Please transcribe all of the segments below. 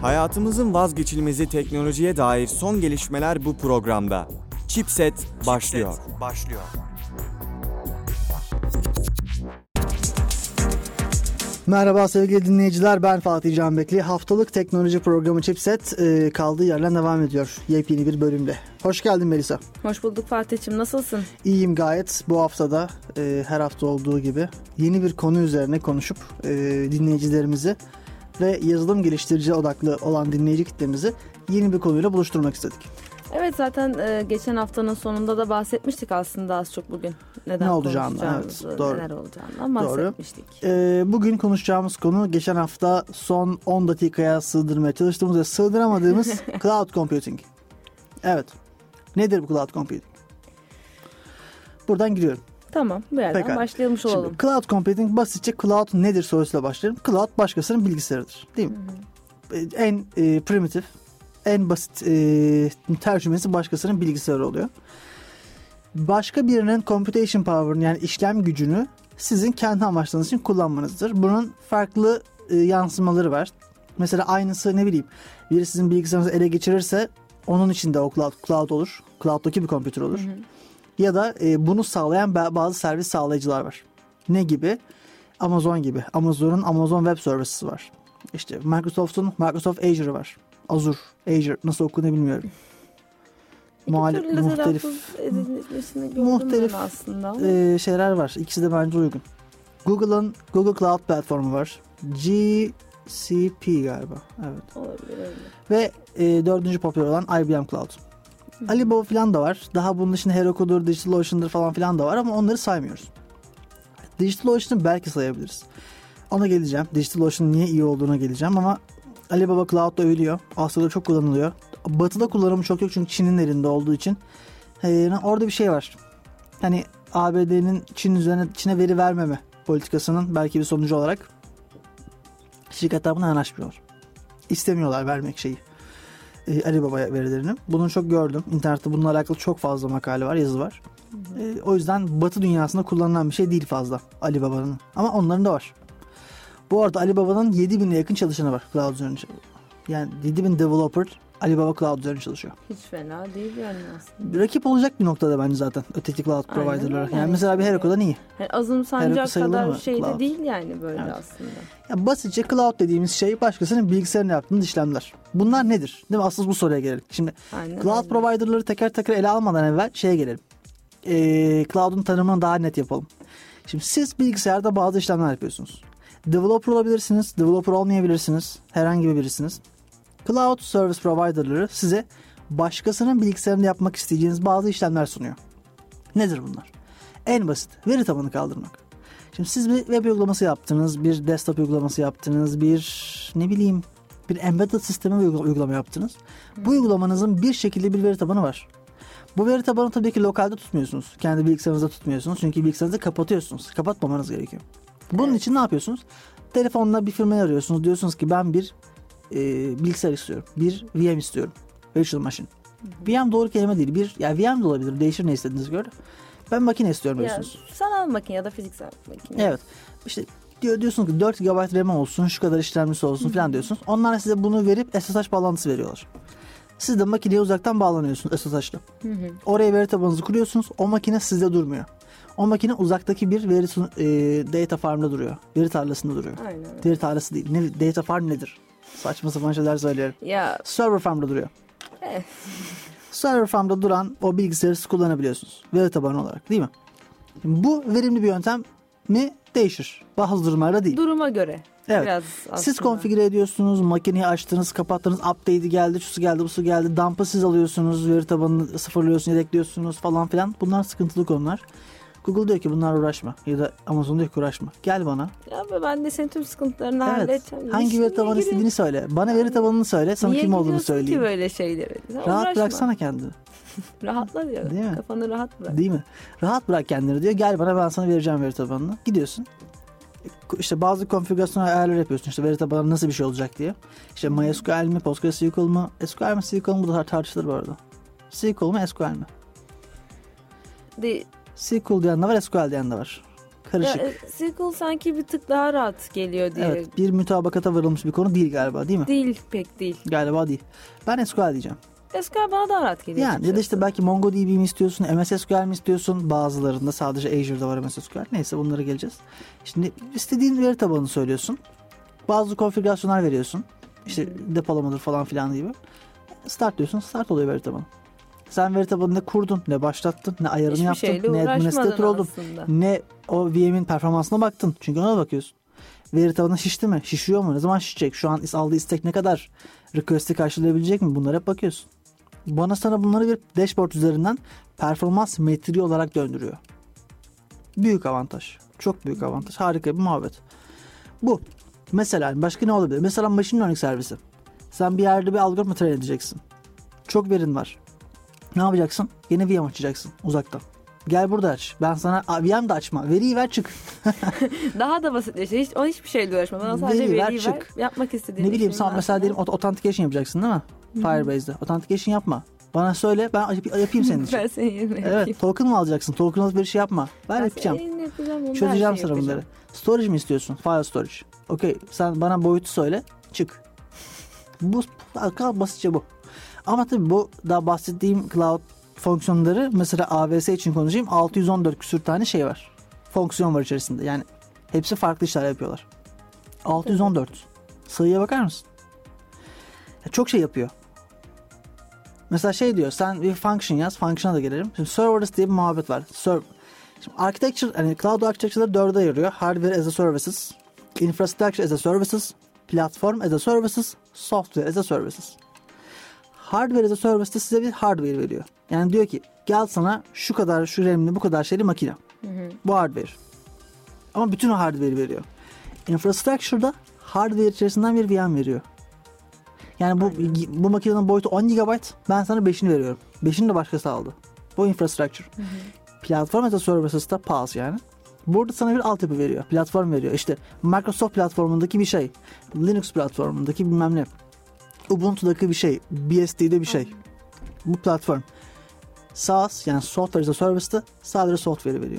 Hayatımızın vazgeçilmezi teknolojiye dair son gelişmeler bu programda. Chipset başlıyor. Merhaba sevgili dinleyiciler, ben Fatih Canbekli. Haftalık teknoloji programı Chipset kaldığı yerden devam ediyor yepyeni bir bölümde. Hoş geldin Melisa. Hoş bulduk Fatih'ciğim, nasılsın? İyiyim gayet. Bu haftada her hafta olduğu gibi yeni bir konu üzerine konuşup dinleyicilerimizi ve yazılım geliştirici odaklı olan dinleyici kitlemizi yeni bir konuyla buluşturmak istedik. Evet, zaten geçen haftanın sonunda da bahsetmiştik aslında az çok bugün. Ne olacağını, evet, doğru. Neler olacağından bahsetmiştik. Bugün konuşacağımız konu geçen hafta son 10 dakikaya sığdırmaya çalıştığımız ve sığdıramadığımız cloud computing. Evet. Nedir bu cloud computing? Buradan giriyorum. Tamam, bu yerden Pekala. Başlayalım olalım. Şimdi cloud computing, basitçe cloud nedir sorusuyla başlayalım. Cloud başkasının bilgisayarıdır, değil mi? En primitif, en basit tercümesi başkasının bilgisayarı oluyor. Başka birinin computation power'ını, yani işlem gücünü sizin kendi amaçlarınız için kullanmanızdır. Bunun farklı yansımaları var. Mesela aynısı, ne bileyim, biri sizin bilgisayarınızı ele geçirirse onun içinde o cloud olur. Cloud'daki bir computer olur. Hı hı. Ya da bunu sağlayan bazı servis sağlayıcılar var. Ne gibi? Amazon gibi. Amazon'un Amazon Web Services var. İşte Microsoft'un Microsoft Azure var. Azure nasıl okunuyor bilmiyorum. Muhtelif şeyler var. İkisi de bence uygun. Google'ın Google Cloud platformu var. GCP galiba. Evet. Olabilir öyle. Ve dördüncü popüler olan IBM Cloud. Alibaba falan da var. Daha bunun dışında Heroku'dur, DigitalOcean'dır falan filan da var ama onları saymıyoruz. DigitalOcean'ı belki sayabiliriz. Ona geleceğim. DigitalOcean'ın niye iyi olduğuna geleceğim ama Alibaba Cloud'da övülüyor. Asya'da çok kullanılıyor. Batı'da kullanımı çok yok çünkü Çin'in elinde olduğu için. Orada bir şey var. Hani ABD'nin Çin'e veri vermeme politikasının belki bir sonucu olarak şirketler buna yanaşmıyorlar. İstemiyorlar vermek şeyi. Alibaba'ya verilerini. Bunu çok gördüm. İnternette bununla alakalı çok fazla makale var, yazı var. O yüzden Batı dünyasında kullanılan bir şey değil fazla Alibaba'nın. Ama onların da var. Bu arada Alibaba'nın 7.000'e yakın çalışanı var Cloud üzerinde. Yani 7.000 developer Alibaba Cloud üzerinde çalışıyor. Hiç fena değil yani aslında. Rakip olacak bir noktada bence zaten öteki cloud provider'lara. Yani mesela bir Heroku'dan iyi. Yani azımsanacak kadar şey de değil yani böyle, evet. Aslında. Yani basitçe cloud dediğimiz şey başkasının bilgisayarına yaptığınız işlemler. Bunlar nedir? Değil mi? Asıl bu soruya gelelim. Şimdi cloud provider'ları teker teker ele almadan evvel şeye gelelim. Cloud'un tanımını daha net yapalım. Şimdi siz bilgisayarda bazı işlemler yapıyorsunuz. Developer olabilirsiniz, developer olmayabilirsiniz. Herhangi birisiniz. Cloud Service Provider'ları size başkasının bilgisayarında yapmak isteyeceğiniz bazı işlemler sunuyor. Nedir bunlar? En basit, veri tabanı kaldırmak. Şimdi siz bir web uygulaması yaptınız, bir desktop uygulaması yaptınız, bir embedded sistemi uygulama yaptınız. Bu uygulamanızın bir şekilde bir veri tabanı var. Bu veri tabanı tabii ki lokalde tutmuyorsunuz. Kendi bilgisayarınızda tutmuyorsunuz. Çünkü bilgisayarınızı kapatıyorsunuz. Kapatmamanız gerekiyor. Bunun için ne yapıyorsunuz? Telefonla bir firmayı arıyorsunuz. Diyorsunuz ki ben bir bilgisayar istiyorum. Bir VM istiyorum. Virtual Machine. VM doğru kelime değil. VM de olabilir. Değişir ne istediğinize göre. Ben makine istiyorum diyorsunuz. Sanal makine ya da fiziksel makine. Evet. İşte diyorsunuz ki 4 GB RAM olsun, şu kadar işlemcisi olsun falan diyorsunuz. Onlar size bunu verip SSH bağlantısı veriyorlar. Siz de makineye uzaktan bağlanıyorsunuz SSH'la. Oraya veri tabanınızı kuruyorsunuz. O makine sizde durmuyor. O makine uzaktaki bir veri data farm'da duruyor. Veri tarlasında duruyor. Aynen. Veri tarlası değil. Data farm nedir? Saçma sapan şeyler söylüyorum. Ya. Server farm'da duruyor. Server farm'da duran o bilgisayarı siz kullanabiliyorsunuz. Veri tabanı olarak, değil mi? Bu verimli bir yöntem mi? Değişir. Bazı durumlarda değil. Duruma göre. Evet. Biraz siz konfigüre ediyorsunuz, makineyi açtınız, kapattınız, update'i geldi, şusu geldi, busu geldi. Dump'ı siz alıyorsunuz, veri tabanını sıfırlıyorsunuz, yedekliyorsunuz falan filan. Bunlar sıkıntılı konular. Google diyor ki bunlarla uğraşma. Ya da Amazon diyor ki uğraşma. Gel bana. Ya ben de senin tüm sıkıntılarını halledeceğim. Hangi veri tabanı istediğini söyle. Bana veri tabanını söyle. Sana kim olduğunu söyleyeyim. Niye böyle şeyleri? Rahat bıraksana kendini. Rahatla diyor. Değil mi? Kafanı rahat bırak. Değil mi? Rahat bırak kendini diyor. Gel bana, ben sana vereceğim veri tabanını. Gidiyorsun. İşte bazı konfigürasyon ayarları yapıyorsun. İşte veri tabanı nasıl bir şey olacak diye. İşte MySQL mi, PostgreSQL mu? SQL mi, SQL mu? Bu da tartışılır bu arada. SQL mi, SQL mi? SQL diyen de var, SQL diyen de var. karışık. SQL sanki bir tık daha rahat geliyor diye. Evet, bir mütabakata varılmış bir konu değil galiba, değil mi? Değil, pek değil. Galiba değil. Ben SQL diyeceğim. SQL bana daha rahat geliyor. Yani ya da işte belki MongoDB mi istiyorsun, MS SQL mi istiyorsun? Bazılarında sadece Azure'da var MS SQL. Neyse, bunlara geleceğiz. Şimdi istediğin veri tabanını söylüyorsun. Bazı konfigürasyonlar veriyorsun. İşte depolamadır falan filan gibi. Start diyorsun, start oluyor veri tabanı. Sen veri tabanını ne kurdun, ne başlattın, ne ayarını Hiçbir yaptın, şeyle ne administrator oldun, aslında. ne o VM'in performansına baktın. Çünkü ona bakıyorsun. Veri tabanı şişti mi? Şişiyor mu? Ne zaman şişecek? Şu an aldığı istek ne kadar? Request'i karşılayabilecek mi? Bunlara hep bakıyorsun. Bana sana bunları bir dashboard üzerinden performans metriği olarak döndürüyor. Büyük avantaj. Çok büyük avantaj. Harika bir muhabbet. Bu. Mesela başka ne olabilir? Mesela machine learning servisi. Sen bir yerde bir algoritma train edeceksin. Çok verin var. Ne yapacaksın? Yine VM açacaksın uzaktan. Gel burada aç. Ben sana VM de açma. Veriyi ver, çık. Daha da basitleşti. Hiçbir şeyle uğraşma. Bana sadece Veriyi ver, veriyi ver. çık. Yapmak istediğin Ne bileyim, işin sen mesela diyelim authentication yapacaksın değil mi? Firebase'de. Authentication yapma. Bana söyle, ben yapayım senin için. Ben senin yerine yapayım. Evet, token mı alacaksın? Token alıp bir şey yapma. Ben yapacağım. Çözeceğim sana bunları. Storage mi istiyorsun? File storage. Okey, sen bana boyutu söyle, çık. Bu basitçe bu. Ama tabii bu daha bahsettiğim cloud fonksiyonları, mesela AWS için konuşayım, 614 küsür tane şey var. Fonksiyon var içerisinde. Yani hepsi farklı işler yapıyorlar. 614. Sayıya bakar mısın? Çok şey yapıyor. Mesela şey diyor, sen bir function yaz. Function'a da gelelim. Şimdi serverless diye bir muhabbet var. Şimdi architecture, yani cloud architecture'ları dörde ayırıyor. Hardware as a services, infrastructure as a services, platform as a services, software as a services. Hardware as a service'de size bir hardware veriyor. Yani diyor ki gel sana şu kadar, şu RAM'li, bu kadar şeyli makine. Bu hardware. Ama bütün o hardware'i veriyor. Infrastructure'da hardware içerisinden bir VM veriyor. Yani bu makinenin boyutu 10 GB, ben sana 5'ini veriyorum. 5'ini de başkası aldı. Bu infrastructure. Platform as a services'da PaaS yani. Burada sana bir altyapı veriyor. Platform veriyor. İşte Microsoft platformundaki bir şey. Linux platformundaki bilmem ne. Ubuntu'daki bir şey. BSD'de bir şey. Bu platform. SaaS, yani Software as a Service'da sadece software'i veriyor.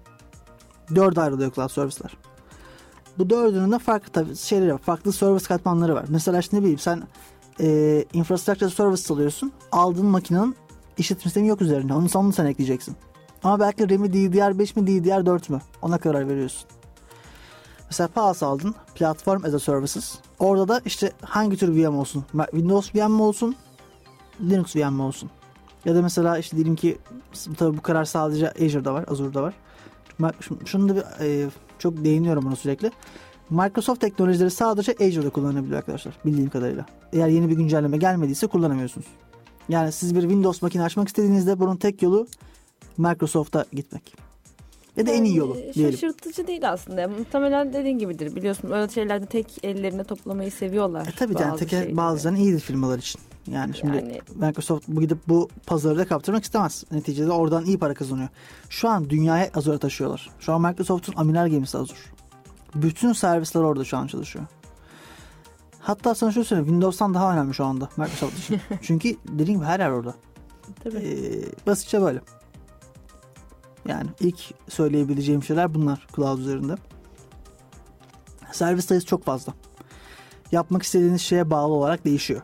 4 ayrılıyor cloud service'ler. Bu dördünün de farklı şeyleri var. Farklı service katmanları var. Mesela işte ne bileyim, sen infrastructure service alıyorsun. Aldığın makinenin işletim sistemi yok üzerinde. Onu sen ekleyeceksin. Ama belki RAM'i DDR5 mi DDR4 mü? Ona karar veriyorsun. Mesela PaaS aldın. Platform as a Services. Orada da işte hangi tür VM olsun? Windows VM mi olsun? Linux VM mi olsun? Ya da mesela işte diyelim ki tabii bu karar sadece Azure'da var. Azure'da var. Şunu da çok değiniyorum buna sürekli. Microsoft teknolojileri sadece Azure'da kullanılabiliyor arkadaşlar. Bildiğim kadarıyla. Eğer yeni bir güncelleme gelmediyse kullanamıyorsunuz. Yani siz bir Windows makine açmak istediğinizde bunun tek yolu Microsoft'a gitmek. Ya da en iyi yolu diyelim. Şaşırtıcı değil aslında. Muhtemelen dediğin gibidir. Biliyorsun öyle şeylerde tek ellerine toplamayı seviyorlar. Tabii yani bazılarının iyidir firmalar için. Yani şimdi Microsoft gidip bu pazarı da kaptırmak istemez. Neticede oradan iyi para kazanıyor. Şu an dünyaya Azure taşıyorlar. Şu an Microsoft'un amiral gemisi Azure. Bütün servisler orada şu an çalışıyor. Hatta sana şöyle söyleyeyim, Windows'tan daha önemli şu anda Microsoft için. Çünkü dediğim gibi her yer orada. Basitçe böyle. Yani ilk söyleyebileceğim şeyler bunlar cloud üzerinde. Servis sayısı çok fazla. Yapmak istediğiniz şeye bağlı olarak değişiyor.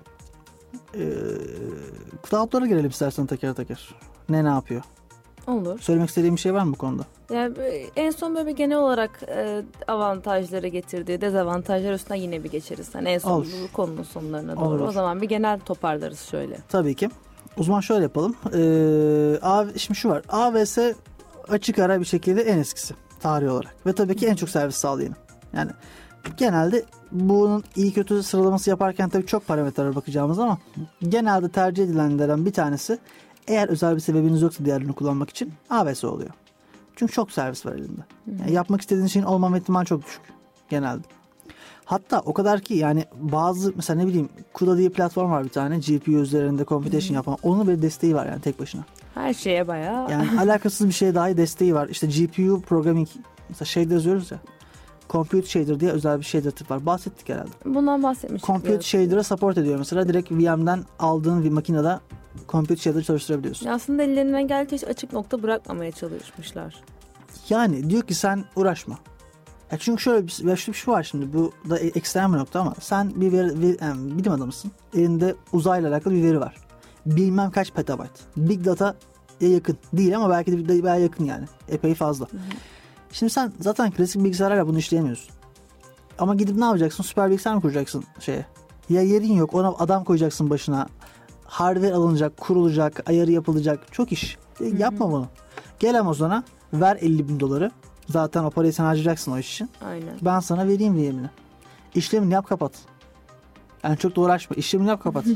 Cloud'lara gelelim istersen teker teker. Ne yapıyor? Olur. Söylemek istediğim bir şey var mı bu konuda? Yani en son böyle bir genel olarak avantajları getirdiği, dezavantajlar üstüne yine bir geçeriz. Yani en son bu konunun sonlarına doğru. Olur. O zaman bir genel toparlarız şöyle. Tabii ki. O zaman şöyle yapalım. Şimdi şu var. AWS açık ara bir şekilde en eskisi tarih olarak. Ve tabii ki en çok servis sağlayanı. Yani genelde bunun iyi kötü sıralaması yaparken tabii çok parametrelere bakacağımız ama genelde tercih edilenlerden bir tanesi, eğer özel bir sebebiniz yoksa diğerini kullanmak için, AWS oluyor. Çünkü çok servis var elinde. Yani yapmak istediğiniz şeyin olmama ihtimali çok düşük genelde. Hatta o kadar ki yani bazı mesela ne bileyim CUDA diye platform var bir tane, GPU üzerinde computation yapan, onun bir desteği var yani tek başına. Her şeye bayağı. Yani alakasız bir şeye dahi desteği var. İşte GPU programming, mesela shader yazıyoruz ya. Compute shader diye özel bir shader tip var. Bahsettik herhalde. Bundan bahsetmiştik. Compute shader'a support ediyor mesela. Direkt VM'den aldığın bir makinede Compute shader çalıştırabiliyorsun. Aslında ellerinden geldiği açık nokta bırakmamaya çalışmışlar. Yani diyor ki sen uğraşma. Ya çünkü şöyle bir şey var şimdi. Bu da ekstrem bir nokta ama sen bir yani bilim adamısın. Elinde uzayla alakalı bir veri var. Bilmem kaç petabayt. Big Data'ya yakın. Değil ama belki de bayağı yakın yani. Epey fazla. Şimdi sen zaten klasik bilgisayarlarla bunu işleyemiyorsun. Ama gidip ne yapacaksın? Süper bilgisayar mı kuracaksın şeye? Ya yerin yok. Ona adam koyacaksın başına. Hardware alınacak, kurulacak, ayarı yapılacak. Çok iş. Yapma bunu. Gel Amazon'a ver $50,000. Zaten o parayı sen harcayacaksın o iş için. Aynen. Ben sana vereyim VM'ini. İşlemini yap kapat. Yani çok da uğraşma. İşlemini yap kapat.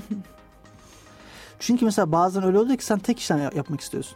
Çünkü mesela bazen öyle oluyor ki sen tek işlem yapmak istiyorsun.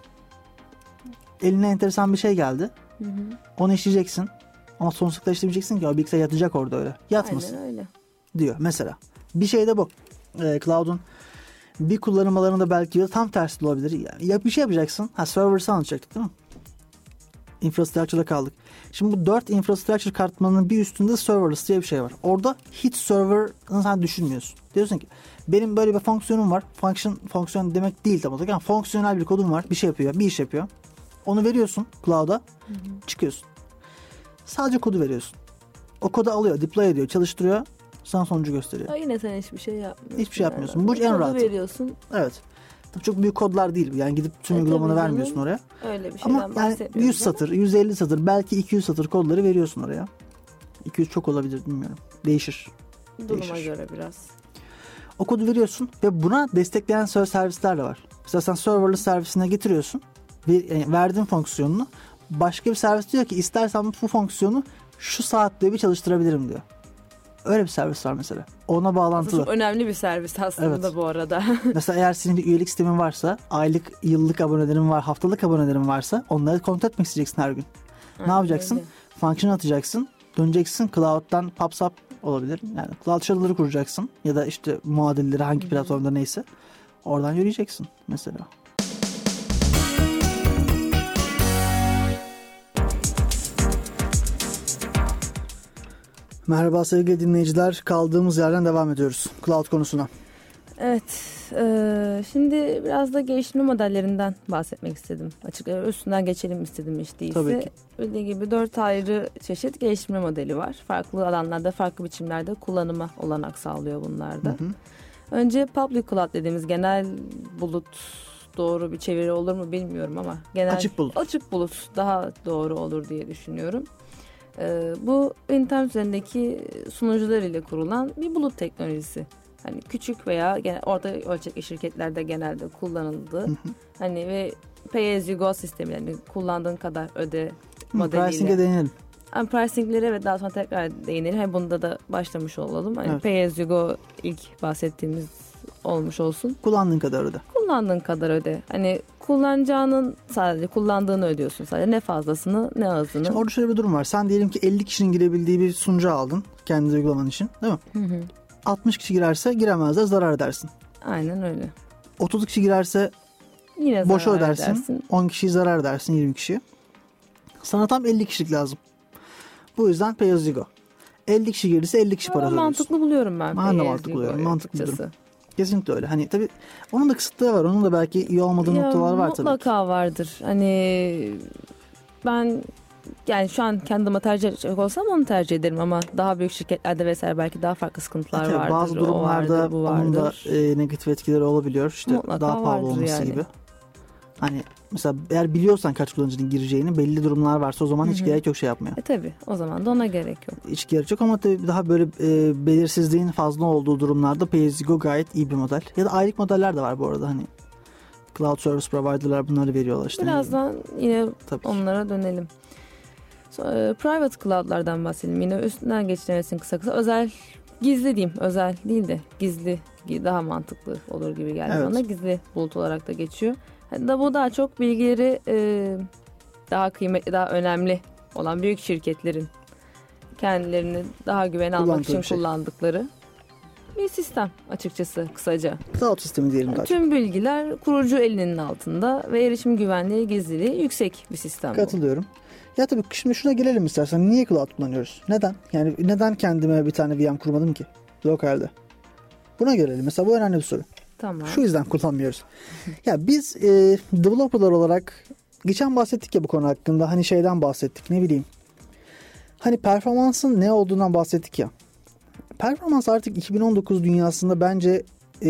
Eline enteresan bir şey geldi. Onu işleyeceksin. Ama sonsuzlukta işlemeyeceksin ki o bilgisayar yatacak orada öyle. Yatmasın. Aynen öyle. Diyor mesela. Bir şey de bu. Cloud'un bir kullanımlarında belki tam tersi de olabilir. Yani ya bir şey yapacaksın. Server'ı anlatacaktık değil mi? Infrastructure'da kaldık. Şimdi bu 4 infrastructure katmanının bir üstünde serverless diye bir şey var. Orada hiç server'ını sen düşünmüyorsun. Diyorsun ki benim böyle bir fonksiyonum var. Fonksiyon demek değil tam olarak. Yani fonksiyonel bir kodum var. Bir şey yapıyor. Bir iş yapıyor. Onu veriyorsun cloud'a. Çıkıyorsun. Sadece kodu veriyorsun. O kodu alıyor, deploy ediyor, çalıştırıyor. Sana sonucu gösteriyor. Ya yine sen hiçbir şey yapmıyorsun. Hiçbir şey yapmıyorsun. Yani. Bu en rahatı. veriyorsun. Evet. Çok büyük kodlar değil. Yani gidip tüm uygulamanı vermiyorsun oraya. Öyle bir şeyden ama yani 100 satır, 150 satır, belki 200 satır kodları veriyorsun oraya. 200 çok olabilir bilmiyorum. Değişir. Duruma göre biraz. O kodu veriyorsun ve buna destekleyen servisler de var. Mesela sen serverless servisine getiriyorsun. Yani verdiğin fonksiyonunu. Başka bir servis diyor ki istersen bu fonksiyonu şu saatte bir çalıştırabilirim diyor. Öyle bir servis var mesela. Ona bağlantılı. Çok önemli bir servis aslında evet. Bu arada. Mesela eğer senin bir üyelik sistemin varsa, aylık, yıllık abonelerin var, haftalık abonelerin varsa onları kontrol etmek isteyeceksin her gün. Aynen, ne yapacaksın? Öyle. Function atacaksın. Döneceksin cloud'dan PubSub olabilir. Yani cloud shell'ları kuracaksın. Ya da işte muadilleri hangi platformda neyse. Oradan yürüyeceksin mesela. Merhaba sevgili dinleyiciler. Kaldığımız yerden devam ediyoruz. Cloud konusuna. Evet. Şimdi biraz da geliştirme modellerinden bahsetmek istedim. Açıkçası üstünden geçelim istedim hiç değilse. Tabii ki. Bildiği gibi 4 ayrı çeşit geliştirme modeli var. Farklı alanlarda, farklı biçimlerde kullanıma olanak sağlıyor bunlarda. Hı hı. Önce public cloud dediğimiz genel bulut, doğru bir çeviri olur mu bilmiyorum ama genel açık bulut daha doğru olur diye düşünüyorum. Bu internet üzerindeki sunucular ile kurulan bir bulut teknolojisi. Hani küçük veya orta ölçekli şirketlerde genelde kullanıldı. Hani ve pay as you go sistemi, yani kullandığın kadar öde modeliyle. Pricing'e değinelim. Yani pricing'lere ve daha sonra tekrar değinelim. Hem bunda da başlamış olalım. Hani evet. Pay as you go ilk bahsettiğimiz olmuş olsun. Kullandığın kadar öde. Kullandığın kadar öde. Hani kullanacağının sadece kullandığını ödüyorsun sadece. Ne fazlasını ne azını. Şimdi orada şöyle bir durum var. Sen diyelim ki 50 kişinin girebildiği bir sunucu aldın. Kendi uygulaman için. Değil mi? Hı. 60 kişi girerse giremezler, zarar edersin. Aynen öyle. 30 kişi girerse yine boşa ödersin. 10 kişiyi zarar edersin, 20 kişiyi. Sana tam 50 kişilik lazım. Bu yüzden pay as you go. 50 kişi girirse 50 kişi para ödüyorsun. Mantıklı buluyorum ben. Ben de mantıklı buluyorum. Mantıklı buluyorum. Kesinlikle öyle. Hani tabii onun da kısıtları var. Onun da belki iyi olmadığı noktalar var tabii. Mutlaka vardır. Hani ben yani şu an kendime tercih edecek olsam onu tercih ederim ama daha büyük şirketlerde vesaire belki daha farklı sıkıntılar vardır. Bazı durumlarda onun da negatif etkileri olabiliyor. İşte mutlaka daha pahalı olması yani. Gibi. Hani mesela eğer biliyorsan kaç kullanıcının gireceğini, belli durumlar varsa o zaman hiç gerek yok şey yapmaya. Tabii o zaman da ona gerek yok. Hiç gerek yok ama tabii daha böyle belirsizliğin fazla olduğu durumlarda pay as you go gayet iyi bir model. Ya da aylık modeller de var bu arada, hani cloud service provider'lar bunları veriyorlar işte. Birazdan yine onlara dönelim. Private cloud'lardan bahsedelim. Yine üstünden geçtiğimizin kısa. Özel, gizli diyeyim. Özel değil de gizli daha mantıklı olur gibi geldi bana. Gizli bulut olarak da geçiyor. Bu daha çok bilgileri daha kıymetli, daha önemli olan büyük şirketlerin kendilerini daha güven almak için kullandıkları bir sistem açıkçası kısaca. Cloud sistemi diyelim daha Tüm bilgiler kurucu elinin altında ve erişim güvenliği, gizliliği yüksek bir sistem. Katılıyorum. Ya tabii şimdi şuna gelelim istersen. Niye cloud kullanıyoruz? Neden? Yani neden kendime bir tane VM kurmadım ki lokalde? Buna gelelim. Mesela bu önemli bir soru. Tamam. Şu yüzden kullanmıyoruz. Ya biz developerlar olarak geçen bahsettik ya bu konu hakkında. Hani şeyden bahsettik, ne bileyim. Hani performansın ne olduğundan bahsettik ya. Performans artık 2019 dünyasında bence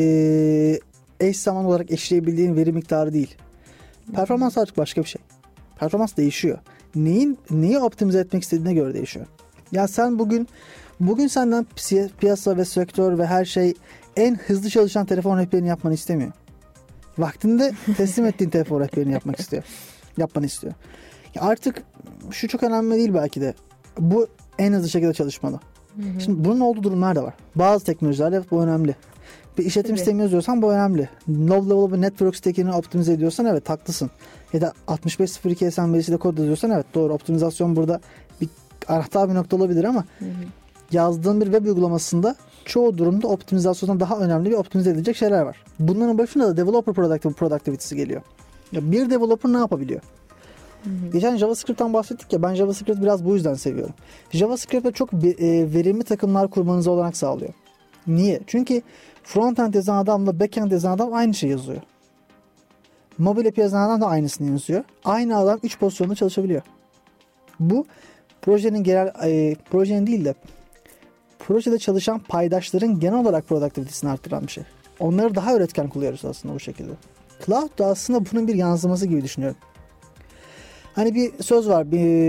eş zaman olarak eşleyebildiğin veri miktarı değil. Performans artık başka bir şey. Performans değişiyor. Neyi optimize etmek istediğine göre değişiyor. Ya sen bugün senden piyasa ve sektör ve her şey en hızlı çalışan telefon rehberini yapmanı istemiyor. Vaktinde teslim ettiğin telefon rehberini yapmanı istiyor. Ya artık şu çok önemli değil belki de. Bu en hızlı şekilde çalışmalı. Hı hı. Şimdi bunun olduğu durumlar da var. Bazı teknolojilerde bu önemli. Bir işletim sistemi yazıyorsan bu önemli. Low level bir network stack'ini optimize ediyorsan evet haklısın. Ya da 6502 SMB'siyle kod yazıyorsan evet doğru. Optimizasyon burada bir anahtar bir nokta olabilir ama yazdığın bir web uygulamasında çoğu durumda optimizasyondan daha önemli bir optimize edilecek şeyler var. Bunların başında da developer productivity'si geliyor. Ya bir developer ne yapabiliyor? Geçen JavaScript'ten bahsettik ya, ben JavaScript biraz bu yüzden seviyorum. JavaScript'te çok verimli takımlar kurmanıza olanak sağlıyor. Niye? Çünkü frontend yazan adamla backend yazan adam aynı şey yazıyor. Mobil app yazan adam da aynısını yazıyor. Aynı adam 3 pozisyonda çalışabiliyor. Bu projenin değil de projede çalışan paydaşların genel olarak productivity'sini arttıran bir şey. Onları daha üretken kılıyoruz aslında bu şekilde. Cloud da aslında bunun bir yansıması gibi düşünüyorum. Hani bir söz var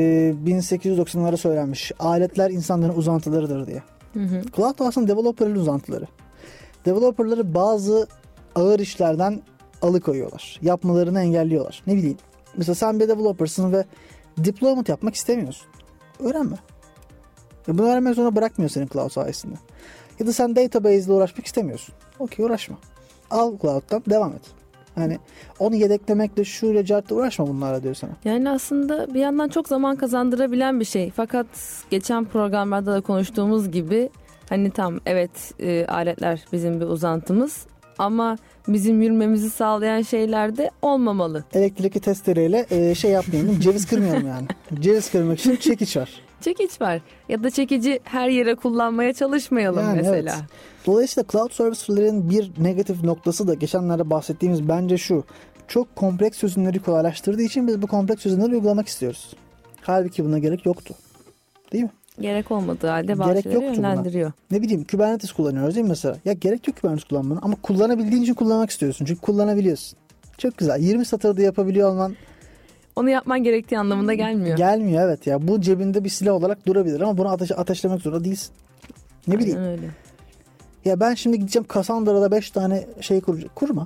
1890'lara söylenmiş. Aletler insanların uzantılarıdır diye. Cloud da aslında developer'ın uzantıları. Developer'ları bazı ağır işlerden alıkoyuyorlar. Yapmalarını engelliyorlar. Ne bileyim. Mesela sen bir developer'sın ve deployment yapmak istemiyorsun. Öğrenme. Bunu öğrenmek zorunda bırakmıyor senin cloud sayesinde. Ya da sen database ile uğraşmak istemiyorsun. Okey, uğraşma. Al cloud'dan devam et. Yani onu yedeklemekle şuyla cartla uğraşma bunlarla diyor sana. Yani aslında bir yandan çok zaman kazandırabilen bir şey. Fakat geçen programlarda da konuştuğumuz gibi hani evet aletler bizim bir uzantımız ama bizim yürümemizi sağlayan şeyler de olmamalı. Elektrikli testereyle şey yapmayalım, ceviz kırmayalım yani. Ceviz kırmak için çekiç var. Çekiç var. Ya da çekici her yere kullanmaya çalışmayalım yani mesela. Evet. Dolayısıyla cloud service'lerin bir negatif noktası da geçenlerde bahsettiğimiz bence şu. Çok kompleks çözümleri kolaylaştırdığı için biz bu kompleks çözümleri uygulamak istiyoruz. Halbuki buna gerek yoktu. Değil mi? Gerek olmadığı halde bazı şeyleri yönlendiriyor. Buna. Ne bileyim Kubernetes kullanıyoruz değil mi mesela? Ya gerek yok Kubernetes kullanmanın ama kullanabildiğin için kullanmak istiyorsun. Çünkü kullanabiliyorsun. Çok güzel. 20 satırda yapabiliyor olman onu yapman gerektiği anlamında gelmiyor. Gelmiyor evet ya. Bu cebinde bir silah olarak durabilir ama bunu ateşlemek zorunda değilsin. Ne bileyim. Aynen öyle. Ya ben şimdi gideceğim Cassandra'da 5 tane şey kuracağım. Kurma.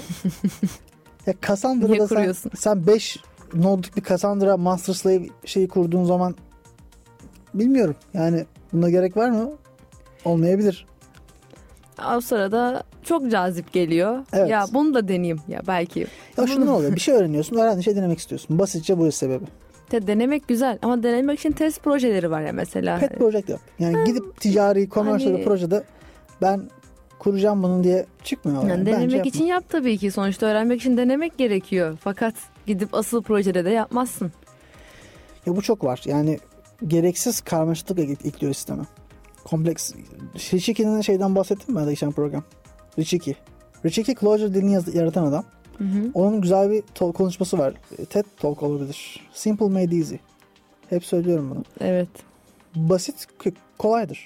Ya Cassandra'da sen 5 node'luk bir Cassandra Master Slave şeyi kurduğun zaman bilmiyorum. Yani buna gerek var mı? Olmayabilir. O sırada çok cazip geliyor. Evet. Ya bunu da deneyeyim ya belki. Ya şunu ne oluyor? Bir şey öğreniyorsun. Öğrendiğin şey denemek istiyorsun. Basitçe bu sebebi. Denemek güzel ama denemek için test projeleri var ya mesela. Pet project yap. Yani gidip ticari, commercial projede ben kuracağım bunu diye çıkmıyor. Yani denemek için yap tabii ki. Sonuçta öğrenmek için denemek gerekiyor. Fakat gidip asıl projede de yapmazsın. Ya bu çok var. Yani gereksiz karmaşıklık ekliyor sisteme. Kompleks. Richiki'nin şeyden bahsettim mi geçen program? Richiki Clojure dilini yaratan adam. Hı. Onun güzel bir konuşması var. TED Talk olabilir. Simple made easy. Hep söylüyorum bunu. Evet. Basit kolaydır.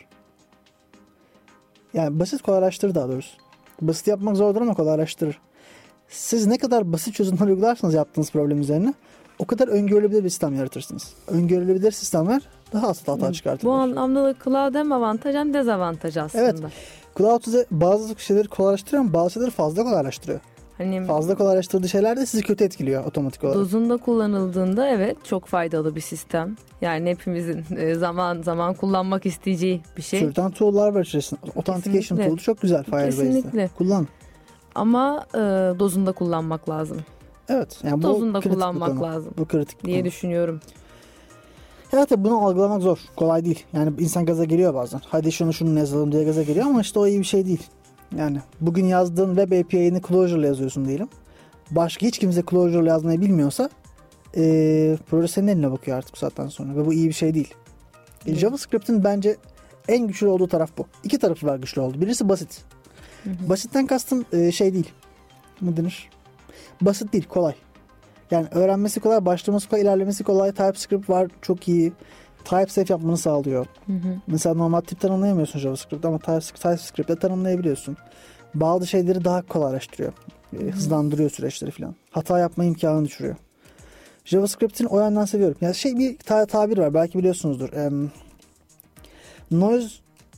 Yani basit kolaylaştırır daha doğrusu. Basit yapmak zordur ama kolaylaştırır. Siz ne kadar basit çözümler uygularsanız yaptığınız problem üzerine o kadar öngörülebilir bir sistem yaratırsınız. Öngörülebilir sistemler daha az hata çıkartır. Bu anlamda da cloud hem avantaj hem dezavantaj aslında. Evet. Cloud size bazı şeyleri kolaylaştırıyor ama bazı şeyleri fazla kolaylaştırıyor. Fazla kolaylaştırdığı şeyler de sizi kötü etkiliyor otomatik olarak. Dozunda kullanıldığında evet çok faydalı bir sistem. Yani hepimizin zaman zaman kullanmak isteyeceği bir şey. Certain tool'lar var içerisinde. Authentication tool'u çok güzel Firebase'de. Kesinlikle. Kullan. Ama dozunda kullanmak lazım. Evet. Yani dozunda kullanmak lazım. Bu kritik diye düşünüyorum. Evet bunu algılamak zor. Kolay değil. Yani insan gaza geliyor bazen. Hadi şunu yazalım diye gaza geliyor ama işte o iyi bir şey değil. Yani bugün yazdığın web API'ni Clojure'la yazıyorsun diyelim. Başka hiç kimse Clojure'la yazmayı bilmiyorsa proje senin eline bakıyor artık bu saatten sonra. Ve bu iyi bir şey değil. JavaScript'in bence en güçlü olduğu taraf bu. İki tarafı var güçlü oldu. Birisi basit. Basitten kastım şey değil. Ne denir? Basit değil, kolay. Yani öğrenmesi kolay, başlaması kolay, ilerlemesi kolay. TypeScript var, çok iyi. Typesafe yapmanı sağlıyor. Mesela normal tip tanımlayamıyorsun JavaScript'te ama TypeScript'te tanımlayabiliyorsun. Bazı şeyleri daha kolaylaştırıyor. Hızlandırıyor süreçleri falan. Hata yapma imkanını düşürüyor. JavaScript'in o yandan seviyorum. Yani bir tabir var, belki biliyorsunuzdur. Noise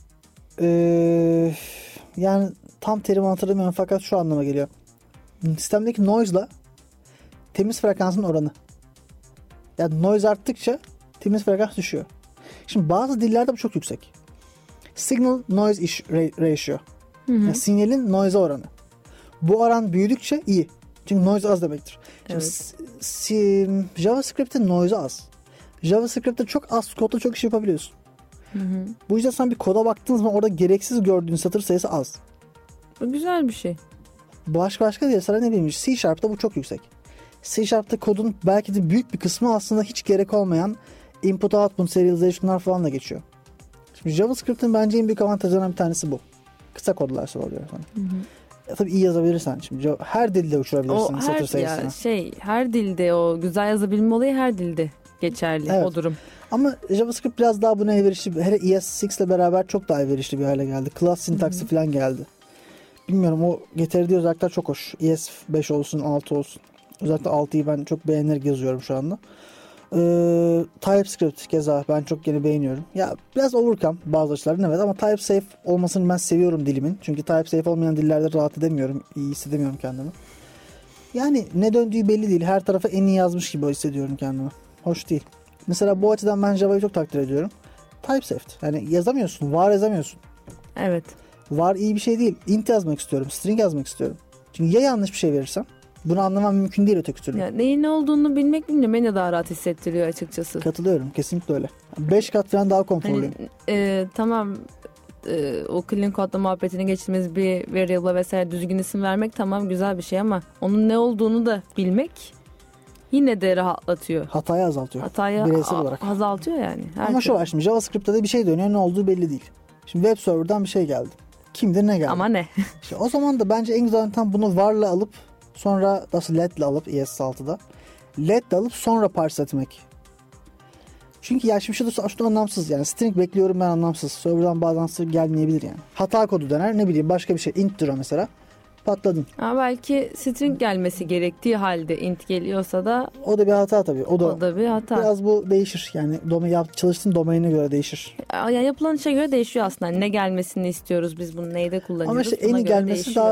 yani tam terimi hatırlamıyorum fakat şu anlama geliyor. Sistemdeki noise'la temiz frekansın oranı. Yani noise arttıkça temiz frekans düşüyor. Şimdi bazı dillerde bu çok yüksek. Signal noise ratio. Yani sinyalin noise'a oranı. Bu oran büyüdükçe iyi. Çünkü noise az demektir. Evet. JavaScript'te noise az. JavaScript'te çok az kodla çok iş yapabiliyorsun. Bu yüzden sen bir koda baktığın zaman orada gereksiz gördüğün satır sayısı az. Bu güzel bir şey. Başka diye sana ne bileyim, C Sharp'ta bu çok yüksek. C Sharp'ta kodun belki de büyük bir kısmı aslında hiç gerek olmayan input output serialization'lar falan da geçiyor. Şimdi JavaScript'in bence en büyük avantajlarından bir tanesi bu. Kısa kodlar sağlıyor sana. Tabii iyi yazabilirsen şimdi her dilde uçurabilirsin satır sayısına. Her dilde o güzel yazabilme olayı her dilde geçerli, evet. O durum. Ama JavaScript biraz daha buna elverişli. Hele ES6 ile beraber çok daha elverişli bir hale geldi. Class sintaksi falan geldi. Bilmiyorum, o getirdiği özellikler çok hoş. ES5 olsun, 6 olsun. Özellikle 6'yı ben çok beğenerek yazıyorum şu anda. TypeScript keza ben çok yeni beğeniyorum. Ya biraz overcome bazı açılardan evet, ama TypeSafe olmasını ben seviyorum dilimin. Çünkü TypeSafe olmayan dillerde rahat edemiyorum. İyi hissedemiyorum kendimi. Yani ne döndüğü belli değil. Her tarafa en iyi yazmış gibi hissediyorum kendimi. Hoş değil. Mesela bu açıdan ben Java'yı çok takdir ediyorum. TypeSafe. Yani yazamıyorsun. Var yazamıyorsun. Evet. Var iyi bir şey değil. Int yazmak istiyorum. String yazmak istiyorum. Çünkü ya yanlış bir şey verirsem bunu anlamam mümkün değil öteki türlü. Ya, neyin ne olduğunu bilmek beni de daha rahat hissettiriyor açıkçası. Katılıyorum. Kesinlikle öyle. 5 kat falan daha konforluyum. Tamam, o clean code'la muhabbetini geçtiğimiz bir variable'a vesaire düzgün isim vermek tamam güzel bir şey ama onun ne olduğunu da bilmek yine de rahatlatıyor. Hatayı azaltıyor. Hatayı bireysel olarak. azaltıyor yani. Ama şu var şimdi JavaScript'te de bir şey dönüyor, ne olduğu belli değil. Şimdi web server'dan bir şey geldi. Kimdir ne geldi? Ama ne? İşte o zaman da bence en güzel yöntem bunu var'la alıp sonra nasıl let'le alıp ES6'da let'le alıp sonra parse etmek. Çünkü ya şimdi şu anlamsız yani string bekliyorum ben anlamsız. Server'dan bazen string gelmeyebilir yani. Hata kodu döner, ne bileyim başka bir şey int dura mesela. Patladın. Ama belki string gelmesi gerektiği halde int geliyorsa da o da bir hata tabii. O da bir hata. Biraz bu değişir. Yani çalıştığın domaine göre değişir. Yani yapılan işe göre değişiyor aslında. Ne gelmesini istiyoruz biz, bunu neyde kullanıyoruz. Ama işte eni gelmesi daha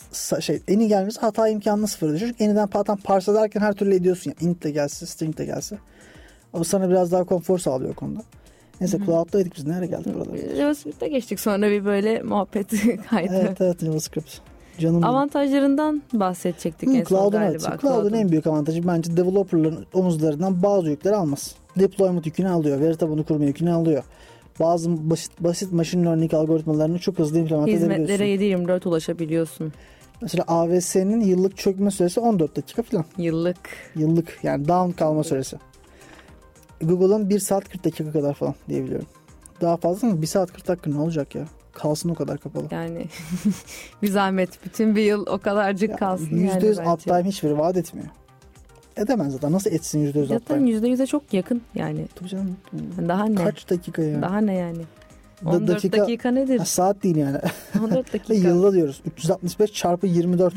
eni gelmesi hata imkanını sıfır düşür. Çünkü eniden parse ederken her türlü ediyorsun. Yani int de gelse, string de gelse. O sana biraz daha konfor sağlıyor o konuda. Neyse Cloud'daydık biz. Nereye geldik buralara? JavaScript'e geçtik sonra bir böyle muhabbet kaydı. Evet JavaScript. Canım avantajlarından bahsedecektik en son galiba. Cloud'un en büyük avantajı bence developerların omuzlarından bazı yükleri alması. Deployment yükünü alıyor. Veri tabanı kurma yükünü alıyor. Bazı basit machine learning algoritmalarını çok hızlı implement edebiliyorsun. Hizmetlere 7/24 ulaşabiliyorsun. Mesela AWS'nin yıllık çökme süresi 14 dakika falan. Yıllık yani down kalma süresi. Google'ın 1 saat 40 dakika kadar falan diyebiliyorum. Daha fazla mı? 1 saat 40 dakika ne olacak ya? Kalsın o kadar kapalı. Yani bir zahmet bütün bir yıl o kadarcık ya, kalsın. %100 yani uptime hiçbiri vaat etmiyor. Edemez zaten. Nasıl etsin %100 uptime? Zaten %100'e çok yakın yani. Tabii canım. Daha ne? Kaç dakika ya? Daha ne yani? 14 dakika nedir? Saat değil yani. 14 dakika. Yılda diyoruz. 365 çarpı 24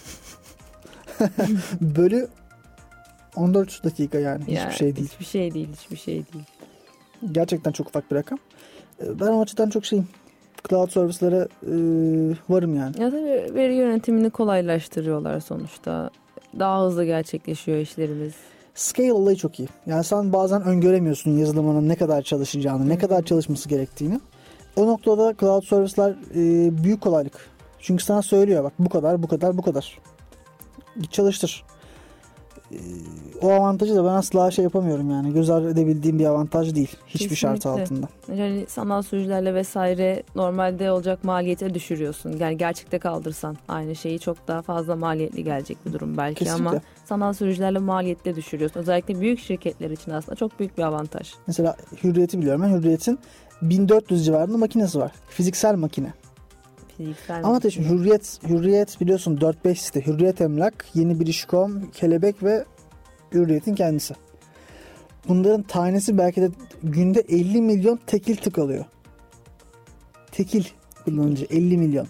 bölü 14 dakika yani. Hiçbir şey değil. Hiçbir şey değil. Gerçekten çok ufak bir rakam. Ben o açıdan çok cloud servislere varım yani. Ya tabii veri yönetimini kolaylaştırıyorlar sonuçta. Daha hızlı gerçekleşiyor işlerimiz. Scale olayı çok iyi. Yani sen bazen öngöremiyorsun yazılımının ne kadar çalışacağını, ne kadar çalışması gerektiğini. O noktada cloud servisler büyük kolaylık. Çünkü sana söylüyor bak bu kadar. Git çalıştır. O avantajı da ben asla yapamıyorum yani. Göz ardı edebildiğim bir avantaj değil. Hiçbir şart altında. Yani sanal sürücülerle vesaire normalde olacak maliyete düşürüyorsun. Yani gerçekte kaldırsan aynı şeyi çok daha fazla maliyetli gelecek bir durum belki. Kesinlikle. Ama sanal sürücülerle maliyette düşürüyorsun. Özellikle büyük şirketler için aslında çok büyük bir avantaj. Mesela Hürriyet'i biliyorum. Ben Hürriyet'in 1400 civarında makinesi var. Fiziksel makine. Ama tabii Hürriyet biliyorsun 4-5 site. Hürriyet Emlak, Yeni Biriş.com, Kelebek ve Hürriyet'in kendisi. Bunların tanesi belki de günde 50 milyon tekil tık alıyor. Tekil kullanıcı 50 milyon.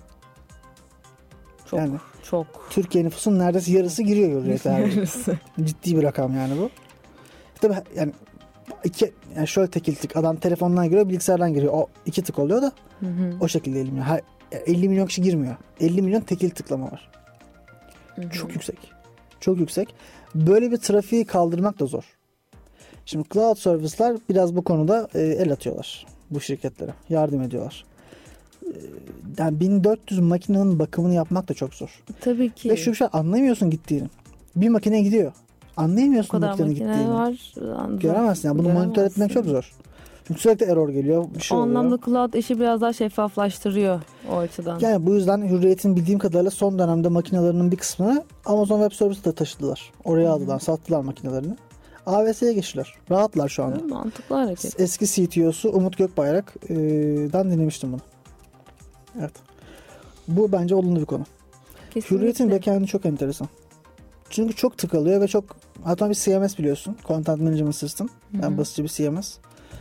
Çok, yani çok. Türkiye nüfusunun neredeyse yarısı giriyor Hürriyet'e abi. Ciddi bir rakam yani bu. Tabii yani yani şöyle tekil tık, adam telefondan giriyor, bilgisayardan giriyor. O 2 tık oluyor da o şekilde 50 milyon. 50 milyon kişi girmiyor. 50 milyon tekil tıklama var. Çok yüksek. Çok yüksek. Böyle bir trafiği kaldırmak da zor. Şimdi cloud service'lar biraz bu konuda el atıyorlar bu şirketlere. Yardım ediyorlar. Yani 1400 makinenin bakımını yapmak da çok zor. Tabii ki. Ve şu şey, anlamıyorsun gittiğini. Bir makine gidiyor. Anlayamıyorsun makinenin gittiğini. Var. Göremezsin. Yani bunu monitör etmek çok zor. Çünkü sürekli error geliyor. Bir şey o oluyor. anlamda cloud işi biraz daha şeffaflaştırıyor o açıdan. Yani bu yüzden Hürriyet'in bildiğim kadarıyla son dönemde makinelerinin bir kısmını Amazon Web Service'e taşıdılar. Oraya aldılar, sattılar makinelerini. AWS'ye geçtiler. Rahatlar şu anda. Evet, mantıklı hareket. Eski CTO'su Umut Gökbayrak'dan dinlemiştim bunu. Evet. Bu bence olumlu bir konu. Kesinlikle. Hürriyet'in backend'i çok enteresan. Çünkü çok tıkalıyor ve çok, hatta bir CMS biliyorsun. Content Management System. Yani basitçe bir CMS.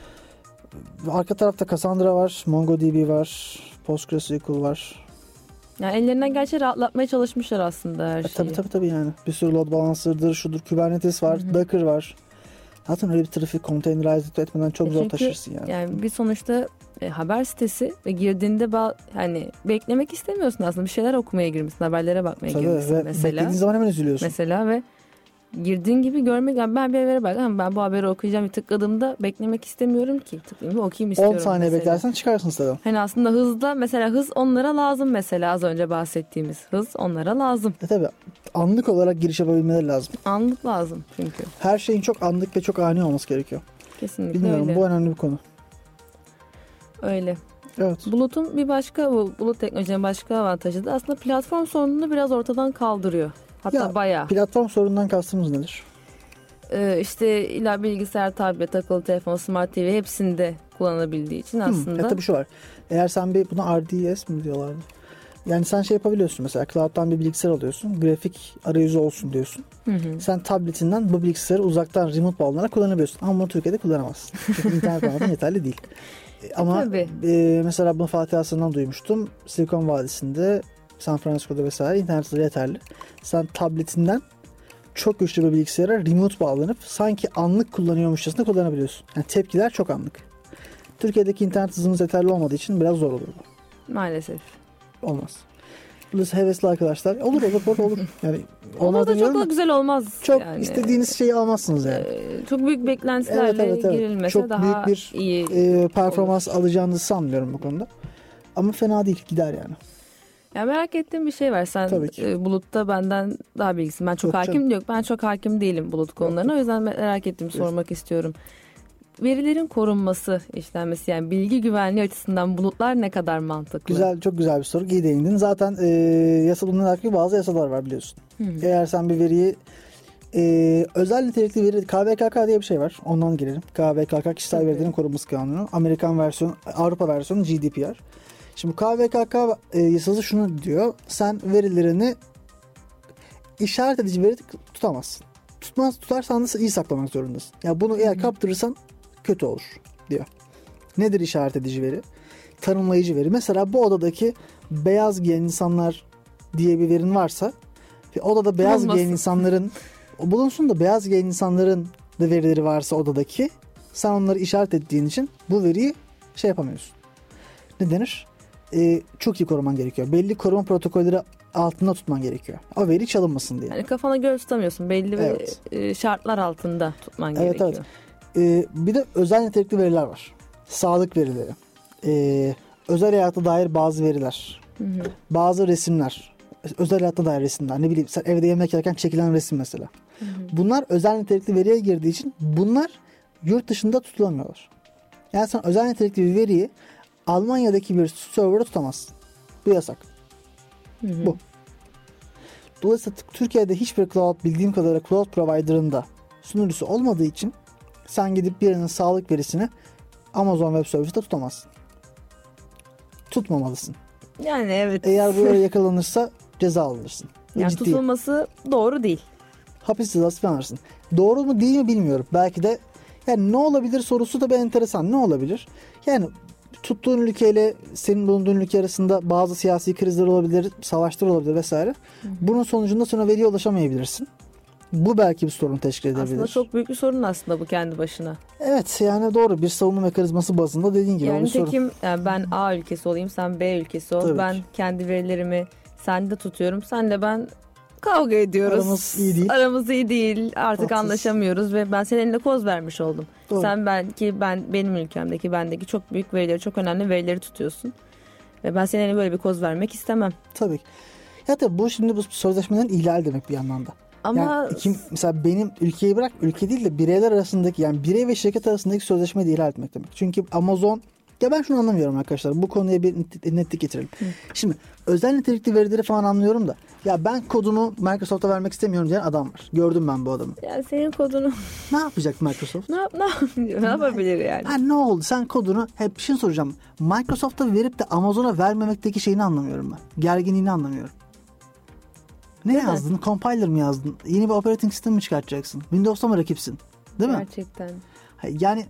Arka tarafta Cassandra var, MongoDB var, PostgreSQL var. Yani ellerinden gerçi rahatlatmaya çalışmışlar aslında her şeyi. Tabii yani. Bir sürü load balancer'dır, şudur, Kubernetes var, Docker var. Zaten öyle bir trafik containerize etmeden çok zor taşırsın yani. Yani bir sonuçta haber sitesi ve girdiğinde hani beklemek istemiyorsun aslında. Bir şeyler okumaya girmişsin, haberlere bakmaya girmişsin mesela. Beklediğin zaman hemen üzülüyorsun. Mesela ve girdiğin gibi görmek, yani ben bir habere bakıyorum, ben bu haberi okuyacağım, tıkladığımda beklemek istemiyorum ki. Tıklayayım, okuyayım istiyorum 10 saniye mesela. beklersen çıkarsın siteden. Hani aslında hız onlara lazım mesela, az önce bahsettiğimiz hız onlara lazım. Tabii anlık olarak giriş yapabilmeleri lazım. Anlık lazım çünkü. Her şeyin çok anlık ve çok ani olması gerekiyor. Kesinlikle Bilmiyorum, öyle. bu önemli bir konu. Öyle. Evet. Bulut'un bulut teknolojinin başka avantajı da aslında platform sorununu biraz ortadan kaldırıyor. Hatta bayağı. Platform sorunundan kastımız nedir? İşte illa bilgisayar, tablet, akıllı telefon, smart TV hepsinde kullanabildiği için aslında. Tabii şu var. Eğer sen buna RDS mi diyorlardı? Yani sen yapabiliyorsun mesela, cloud'dan bir bilgisayar alıyorsun. Grafik arayüzü olsun diyorsun. Sen tabletinden bu bilgisayarı uzaktan remote bağlanarak kullanabiliyorsun. Ama bunu Türkiye'de kullanamazsın. Çünkü internet bağlantın yeterli değil. Ama mesela bunu Fatih Aslan'dan duymuştum. Silikon Vadisi'nde, San Francisco'da vesaire internet hızı yeterli. Sen tabletinden çok güçlü bir bilgisayara remote bağlanıp sanki anlık kullanıyormuşçasına kullanabiliyorsun. Yani tepkiler çok anlık. Türkiye'deki internet hızımız yeterli olmadığı için biraz zor olur bu. Maalesef. Olmaz. Dolayısıyla hevesli arkadaşlar. Olur. Yani onlar da çok da güzel olmaz. Çok yani. istediğiniz şeyi almazsınız yani. Çok büyük beklentilerle girilmese çok daha büyük bir iyi performans alacağınızı sanmıyorum bu konuda. Ama fena değil, gider yani. Ya merak ettiğim bir şey var. Sen Bulut'ta benden daha bilgisin. Ben çok hakim yok. Ben çok hakim değilim Bulut konularına. O yüzden merak ettim, sormak istiyorum. Verilerin korunması, işlenmesi, yani bilgi güvenliği açısından bulutlar ne kadar mantıklı? Çok güzel bir bunları iyi değindin. Zaten bununla alakalı bazı yasalar var biliyorsun. Eğer sen bir veriyi özel nitelikli veri, KVKK diye bir şey var. Ondan girelim. KVKK Kişisel Verilerin Korunması Kanunu. Amerikan versiyonu, Avrupa versiyonu GDPR. Şimdi KVKK yasası şunu diyor. Sen verilerini işaret edici veri tutamazsın. Tutarsan da iyi saklamak zorundasın. Yani bunu eğer kaptırırsan kötü olur diyor. Nedir işaret edici veri? Tanımlayıcı veri. Mesela bu odadaki beyaz giyen insanlar diye bir verin varsa ve odada beyaz giyen insanların bulunsun da beyaz giyen insanların da verileri varsa odadaki, sen onları işaret ettiğin için bu veriyi yapamıyorsun. Ne denir? Çok iyi koruman gerekiyor. Belli koruma protokolleri altında tutman gerekiyor. O veri çalınmasın diye. Yani kafana göre tutamıyorsun. Belli şartlar altında tutman gerekiyor. Bir de özel nitelikli veriler var. Sağlık verileri. Özel hayata dair bazı veriler. Bazı resimler. Özel hayata dair resimler. Ne bileyim, sen evde yemek yerken çekilen resim mesela. Bunlar özel nitelikli veriye girdiği için bunlar yurt dışında tutulamıyorlar. Yani sen özel nitelikli bir veriyi Almanya'daki bir serverda tutamazsın. Bu yasak. Bu. Dolayısıyla Türkiye'de hiçbir bildiğim kadarıyla cloud provider'ında sunucusu olmadığı için sen gidip birinin sağlık verisini Amazon Web Service'de tutamazsın. Tutmamalısın. Yani evet. Eğer bu yakalanırsa ceza alınırsın. Yani tutulması doğru değil. hapis cezası falan alırsın. Doğru mu değil mi bilmiyorum. Belki de yani ne olabilir sorusu da bir enteresan. Ne olabilir? Yani tuttuğun ülkeyle senin bulunduğun ülke arasında bazı siyasi krizler olabilir, savaşlar olabilir vesaire. Bunun sonucunda sonra veriye ulaşamayabilirsin. Bu belki bir sorun teşkil edebilir. Aslında çok büyük bir sorun aslında bu kendi başına. Evet yani doğru, bir savunma mekanizması bazında dediğin gibi. Yani tekim yani ben A ülkesi olayım, sen B ülkesi ol. Tabii ben ki. kendi verilerimi sende tutuyorum. Senle ben kavga ediyoruz. Aramız iyi değil. Aramız iyi değil. Artık Tatsız. anlaşamıyoruz ve ben senin eline koz vermiş oldum. Doğru. Sen benim ülkemdeki, bendeki çok büyük verileri, çok önemli verileri tutuyorsun. Ve ben senin eline böyle bir koz vermek istemem. Tabii ki. Ya tabii bu şimdi bu sözleşmelerin ihlali demek bir yandan da. Ama Yani mesela benim ülkeyi bırak, ülke değil de bireyler arasındaki, yani birey ve şirket arasındaki sözleşmeyi de ihlal etmek demek. Çünkü Amazon, ya ben şunu anlamıyorum arkadaşlar, bu konuya bir netlik getirelim. Şimdi özel nitelikli verileri falan anlıyorum da ya ben kodumu Microsoft'a vermek istemiyorum diyen adam var. Gördüm ben bu adamı. yani senin kodunu Ne yapacak Microsoft? ne yapabilir yani? Ha, ne oldu? Sen kodunu, hep bir şey soracağım. Microsoft'a verip de Amazon'a vermemekteki şeyini anlamıyorum ben. Gerginliğini anlamıyorum. Ne Değil mi? yazdın? Compiler mi yazdın? Yeni bir operating system mi çıkartacaksın? Windows'ta mı rakipsin? Değil mi? Gerçekten. Yani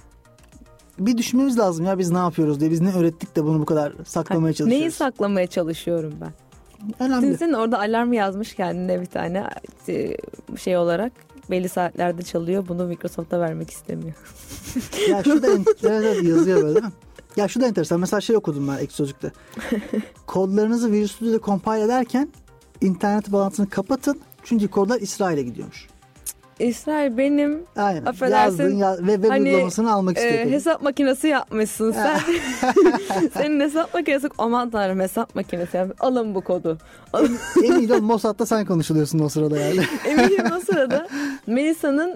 bir düşünmemiz lazım ya, biz ne yapıyoruz diye. Biz ne öğrettik de bunu bu kadar saklamaya çalışıyoruz. Neyi saklamaya çalışıyorum ben? Önemli. Düşünsene orada alarm yazmış kendine bir tane şey olarak. Belli saatlerde çalıyor. Bunu Microsoft'a vermek istemiyor. Ya şu da evet, yazıyor böyle değil mi? Ya şu da enteresan. Mesela şey okudum ben Ekşi Sözlük'te. Kodlarınızı Visual Studio'da compile ederken internet bağlantısını kapatın. Çünkü kodlar İsrail'e gidiyormuş. İsrail benim Aynen. affedersin, Yazdın ve web uygulamasını almak istiyor. hesap makinesi yapmışsın sen. Senin hesap makinesi, aman tanrım hesap makinesi yapmış. Alın bu kodu. Eminim Mossad'da sen konuşuluyorsun o sırada yani. Eminim o sırada Melisa'nın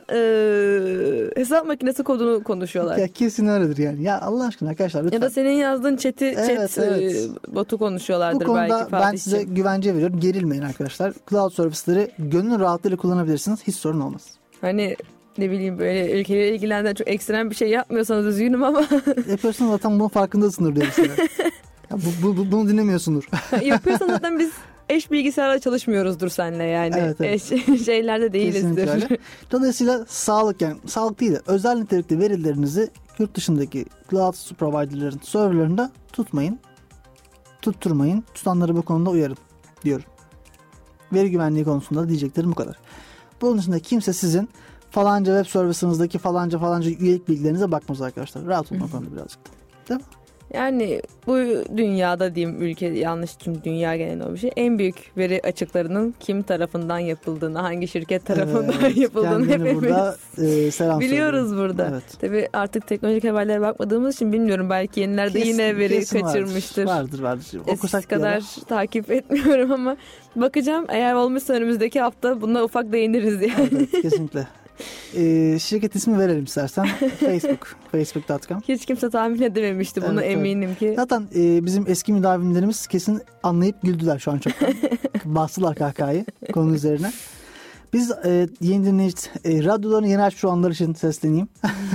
hesap makinesi kodunu konuşuyorlar. Ya kesin öyledir yani. Ya Allah aşkına arkadaşlar lütfen. Ya da senin yazdığın chat Evet. botu konuşuyorlardır Bu konuda belki ben Fatih size için. güvence veriyorum. Gerilmeyin arkadaşlar. Cloud service'leri gönül rahatlığıyla kullanabilirsiniz. Hiç sorun olmaz. Hani ne bileyim böyle ülkeyle ilgilendiren çok ekstrem bir şey yapmıyorsanız üzgünüm ama Yapıyorsun zaten bunun farkındasındır diye düşünüyorum. Ya bunu dinlemiyorsundur. yapıyorsan zaten biz eş bilgisayarla çalışmıyoruzdur seninle yani. Evet, evet. Eş şeylerde Kesinlikle değilizdir. öyle. Dolayısıyla sağlık, yani sağlık değil de özel nitelikli verilerinizi yurt dışındaki cloud provider'ların serverlarında tutmayın. Tutturmayın. Tutanları bu konuda uyarın diyorum. Veri güvenliği konusunda diyeceklerim bu kadar. Bunun dışında kimse sizin falanca web service'ınızdaki falanca üyelik bilgilerinize bakmaz arkadaşlar. Rahat olun o konuda birazcık da. Değil mi? Yani bu dünyada diyeyim, ülke yanlış, tüm dünya genelinde o bir şey. En büyük veri açıklarının kim tarafından yapıldığını, hangi şirket tarafından yapıldığını kendini hepimiz burada selam biliyoruz söylüyorum. burada. Evet. Tabii artık teknolojik haberlere bakmadığımız için bilmiyorum, belki yenilerde yine veri kesin kaçırmıştır. Vardır. Eskisi Okusak kadar takip etmiyorum ama bakacağım. Eğer olmuşsa önümüzdeki hafta buna ufak değiniriz yani. Evet, kesinlikle. Şirket ismi verelim istersen. Facebook.com. Hiç kimse tahmin edememişti bunu, Evet, eminim ki. Zaten bizim eski müdavimlerimiz kesin anlayıp güldüler şu an çoktan. Bastılar kahkahayı konu üzerine. Biz yeni dinleyici, radyolarını yeni açmış olanlar için sesleneyim.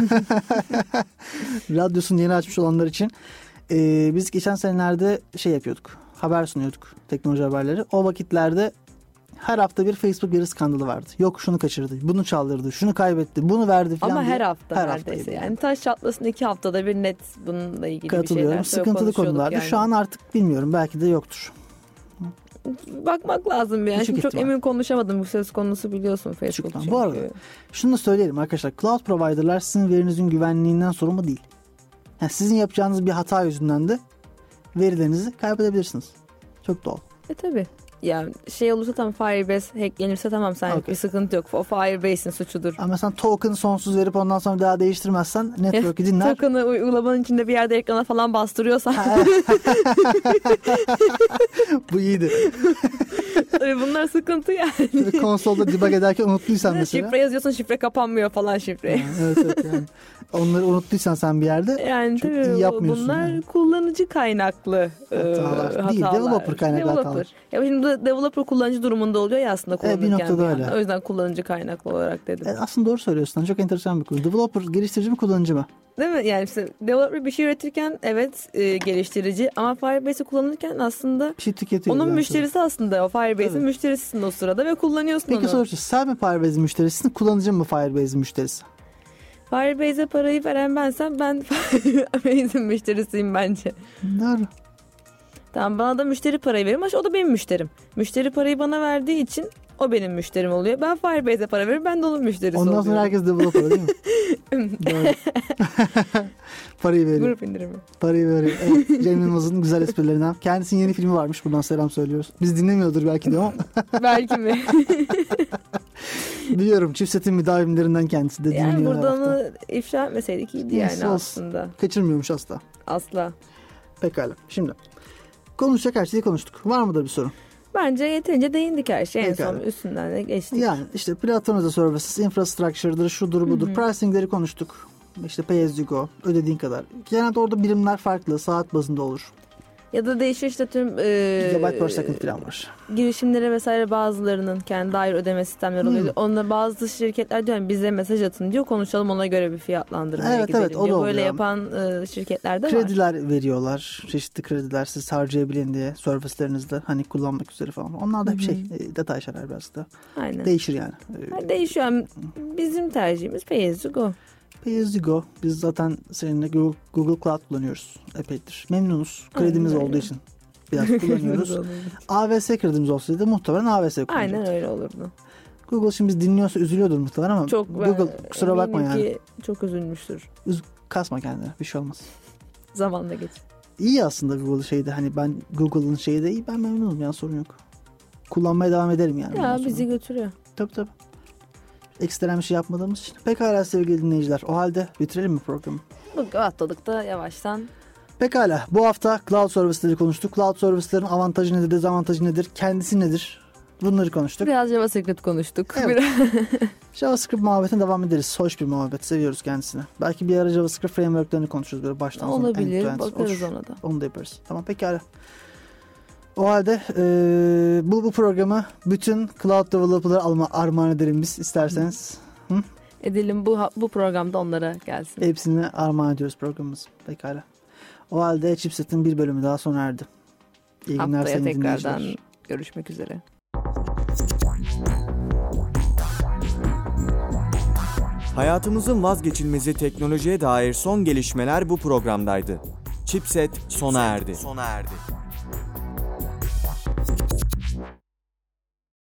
Radyosunu yeni açmış olanlar için. Biz geçen senelerde şey yapıyorduk. Haber sunuyorduk. Teknoloji haberleri. O vakitlerde her hafta bir Facebook veri skandalı vardı. Yok şunu kaçırdı, bunu çaldırdı, şunu kaybetti, bunu verdi falan Ama diye. her hafta neredeyse. haftaydı Yani taş çatlasın 2 haftada bir net bununla ilgili bir şeyler katılıyorum. Sıkıntılı konulardı. yani. Şu an artık bilmiyorum. Belki de yoktur. Bakmak lazım yani. Küçük Şimdi çok ihtimal. emin konuşamadım, bu söz konusu biliyorsun Facebook ihtimal. çünkü. Bu arada şunu da söyleyelim arkadaşlar. Cloud provider'lar sizin verinizin güvenliğinden sorumlu değil. Yani sizin yapacağınız bir hata yüzünden de verilerinizi kaybedebilirsiniz. Çok doğal. Tabii. Ya şey olursa tamam, Firebase hacklenirse tamam, sen Okay. bir sıkıntı yok. O Firebase'in suçudur. Ama sen token'ı sonsuz verip ondan sonra daha değiştirmezsen network'ü dinler. Token'ı uygulamanın içinde bir yerde ekrana falan bastırıyorsan Bu iyiydi. tabii bunlar sıkıntı yani. Böyle konsolda debug ederken unuttuysan mesela. Şifre yazıyorsun, şifre kapanmıyor falan şifre. Yani, evet yani. Onları unuttuysan sen bir yerde Yani çok tabii iyi yapmıyorsun. bunlar yani. kullanıcı kaynaklı Hatalar. Değil, developer kaynaklı hatalar. Ya şimdi developer kullanıcı durumunda oluyor ya aslında kullanırken. bir noktada yandan. öyle. O yüzden kullanıcı kaynaklı olarak dedim. Aslında doğru söylüyorsun. Çok enteresan bir konu. Developer geliştirici mi, kullanıcı mı? Değil mi? Yani işte developer bir şey üretirken evet geliştirici, ama Firebase'i kullanırken aslında Bir şey tüketiyor. onun yani. müşterisi aslında o Firebase Firebase'in müşterisisin o sırada ve kullanıyorsun Peki onu. sonuçta sen mi Firebase'in müşterisisin, kullanıcı mı Firebase'in müşterisi? Firebase'e parayı veren bensem ben Firebase'in müşterisiyim bence. Doğru. Tamam, bana da müşteri parayı verir ama o da benim müşterim. Müşteri parayı bana verdiği için o benim müşterim oluyor. Ben Firebase'e para veririm, ben de onun müşterisi oluyorum. Ondan sonra herkes developer değil mi? Doğru. Parayı veriyor. Grup indirimi. Parayı veriyor. Evet, Cem Yılmaz'ın güzel esprilerinden. Kendisinin yeni filmi varmış. Buradan selam söylüyoruz. Biz dinlemiyordur belki de ama. Belki mi? Biliyorum. Chipset'in müdavimlerinden kendisi de dinliyor. Yani her burada hafta. onu ifşa etmeseydik iyiydi Neyse, yani olsun. aslında. Kaçırmıyormuş asla. Asla. Pekala. Şimdi konuşacak her şeyi konuştuk. Var mıdır bir sorun? Bence yeterince değindik her şey. En Pekala. son üstünden de geçtik. Yani işte Platform as a Services, infrastructure'dır, şudur budur. Pricing'leri konuştuk. İşte pay as you go. Ödediğin kadar. Genelde orada birimler farklı. Saat bazında olur. Ya da değişiyor işte tüm Gigabyte per second falan var. girişimlere vesaire bazılarının kendi ayrı ödeme sistemleri oluyor. Onda bazı şirketler diyor yani bize mesaj atın diyor, konuşalım, ona göre bir fiyatlandırmaya Evet, gidelim evet, o da diyor. oluyor. Böyle yapan şirketler de var. Krediler veriyorlar. Çeşitli krediler siz harcayabilin diye servislerinizde hani kullanmak üzere falan. Onlar da hep detay şeyler biraz da. Aynen. Değişir yani. Yani değişiyor. Yani bizim tercihimiz pay as you go. Pay as you go. Biz zaten seninle Google Cloud kullanıyoruz. Epeydir. Memnunuz. Kredimiz Aynen olduğu öyle. için biraz kullanıyoruz. AWS kredimiz olsaydı muhtemelen AWS kullanacaktık. Aynen öyle olurdu. Google şimdi bizi dinliyorsa üzülüyordur muhtemelen ama Çok Google kusura bakma eminim yani. ki çok üzülmüştür. Kasma kendine. Bir şey olmaz. Zamanla geç. İyi aslında Google şeyde hani ben Google'ın şeyi de iyi, ben memnunum yani, sorun yok. Kullanmaya devam ederim yani. Ya bizi götürüyor. Tabii. Ekstrem bir şey yapmadığımız için. Pekala sevgili dinleyiciler. O halde bitirelim mi programı? Bu atladık da yavaştan. Pekala. Bu hafta cloud serviceleri konuştuk. Cloud servicelerin avantajı nedir, dezavantajı nedir, kendisi nedir? Bunları konuştuk. Biraz JavaScript konuştuk. Evet. JavaScript muhabbetine devam ederiz. Hoş bir muhabbet. Seviyoruz kendisini. Belki bir ara JavaScript frameworklerini konuşuruz böyle baştan sona. Olabilir. End to end. Bakarız Olur. ona da. Onu da yaparız. Tamam, pekala. O halde bu programı bütün cloud developer'lara armağan edelim biz isterseniz. Edelim, bu programda onlara gelsin. Hepsini armağan ediyoruz programımız. Pekala. O halde Chipset'in bir bölümü daha sona erdi. İyi günler Haftaya sayın tekrardan dinleyiciler. görüşmek üzere. Hayatımızın vazgeçilmezi teknolojiye dair son gelişmeler bu programdaydı. Chipset sona erdi.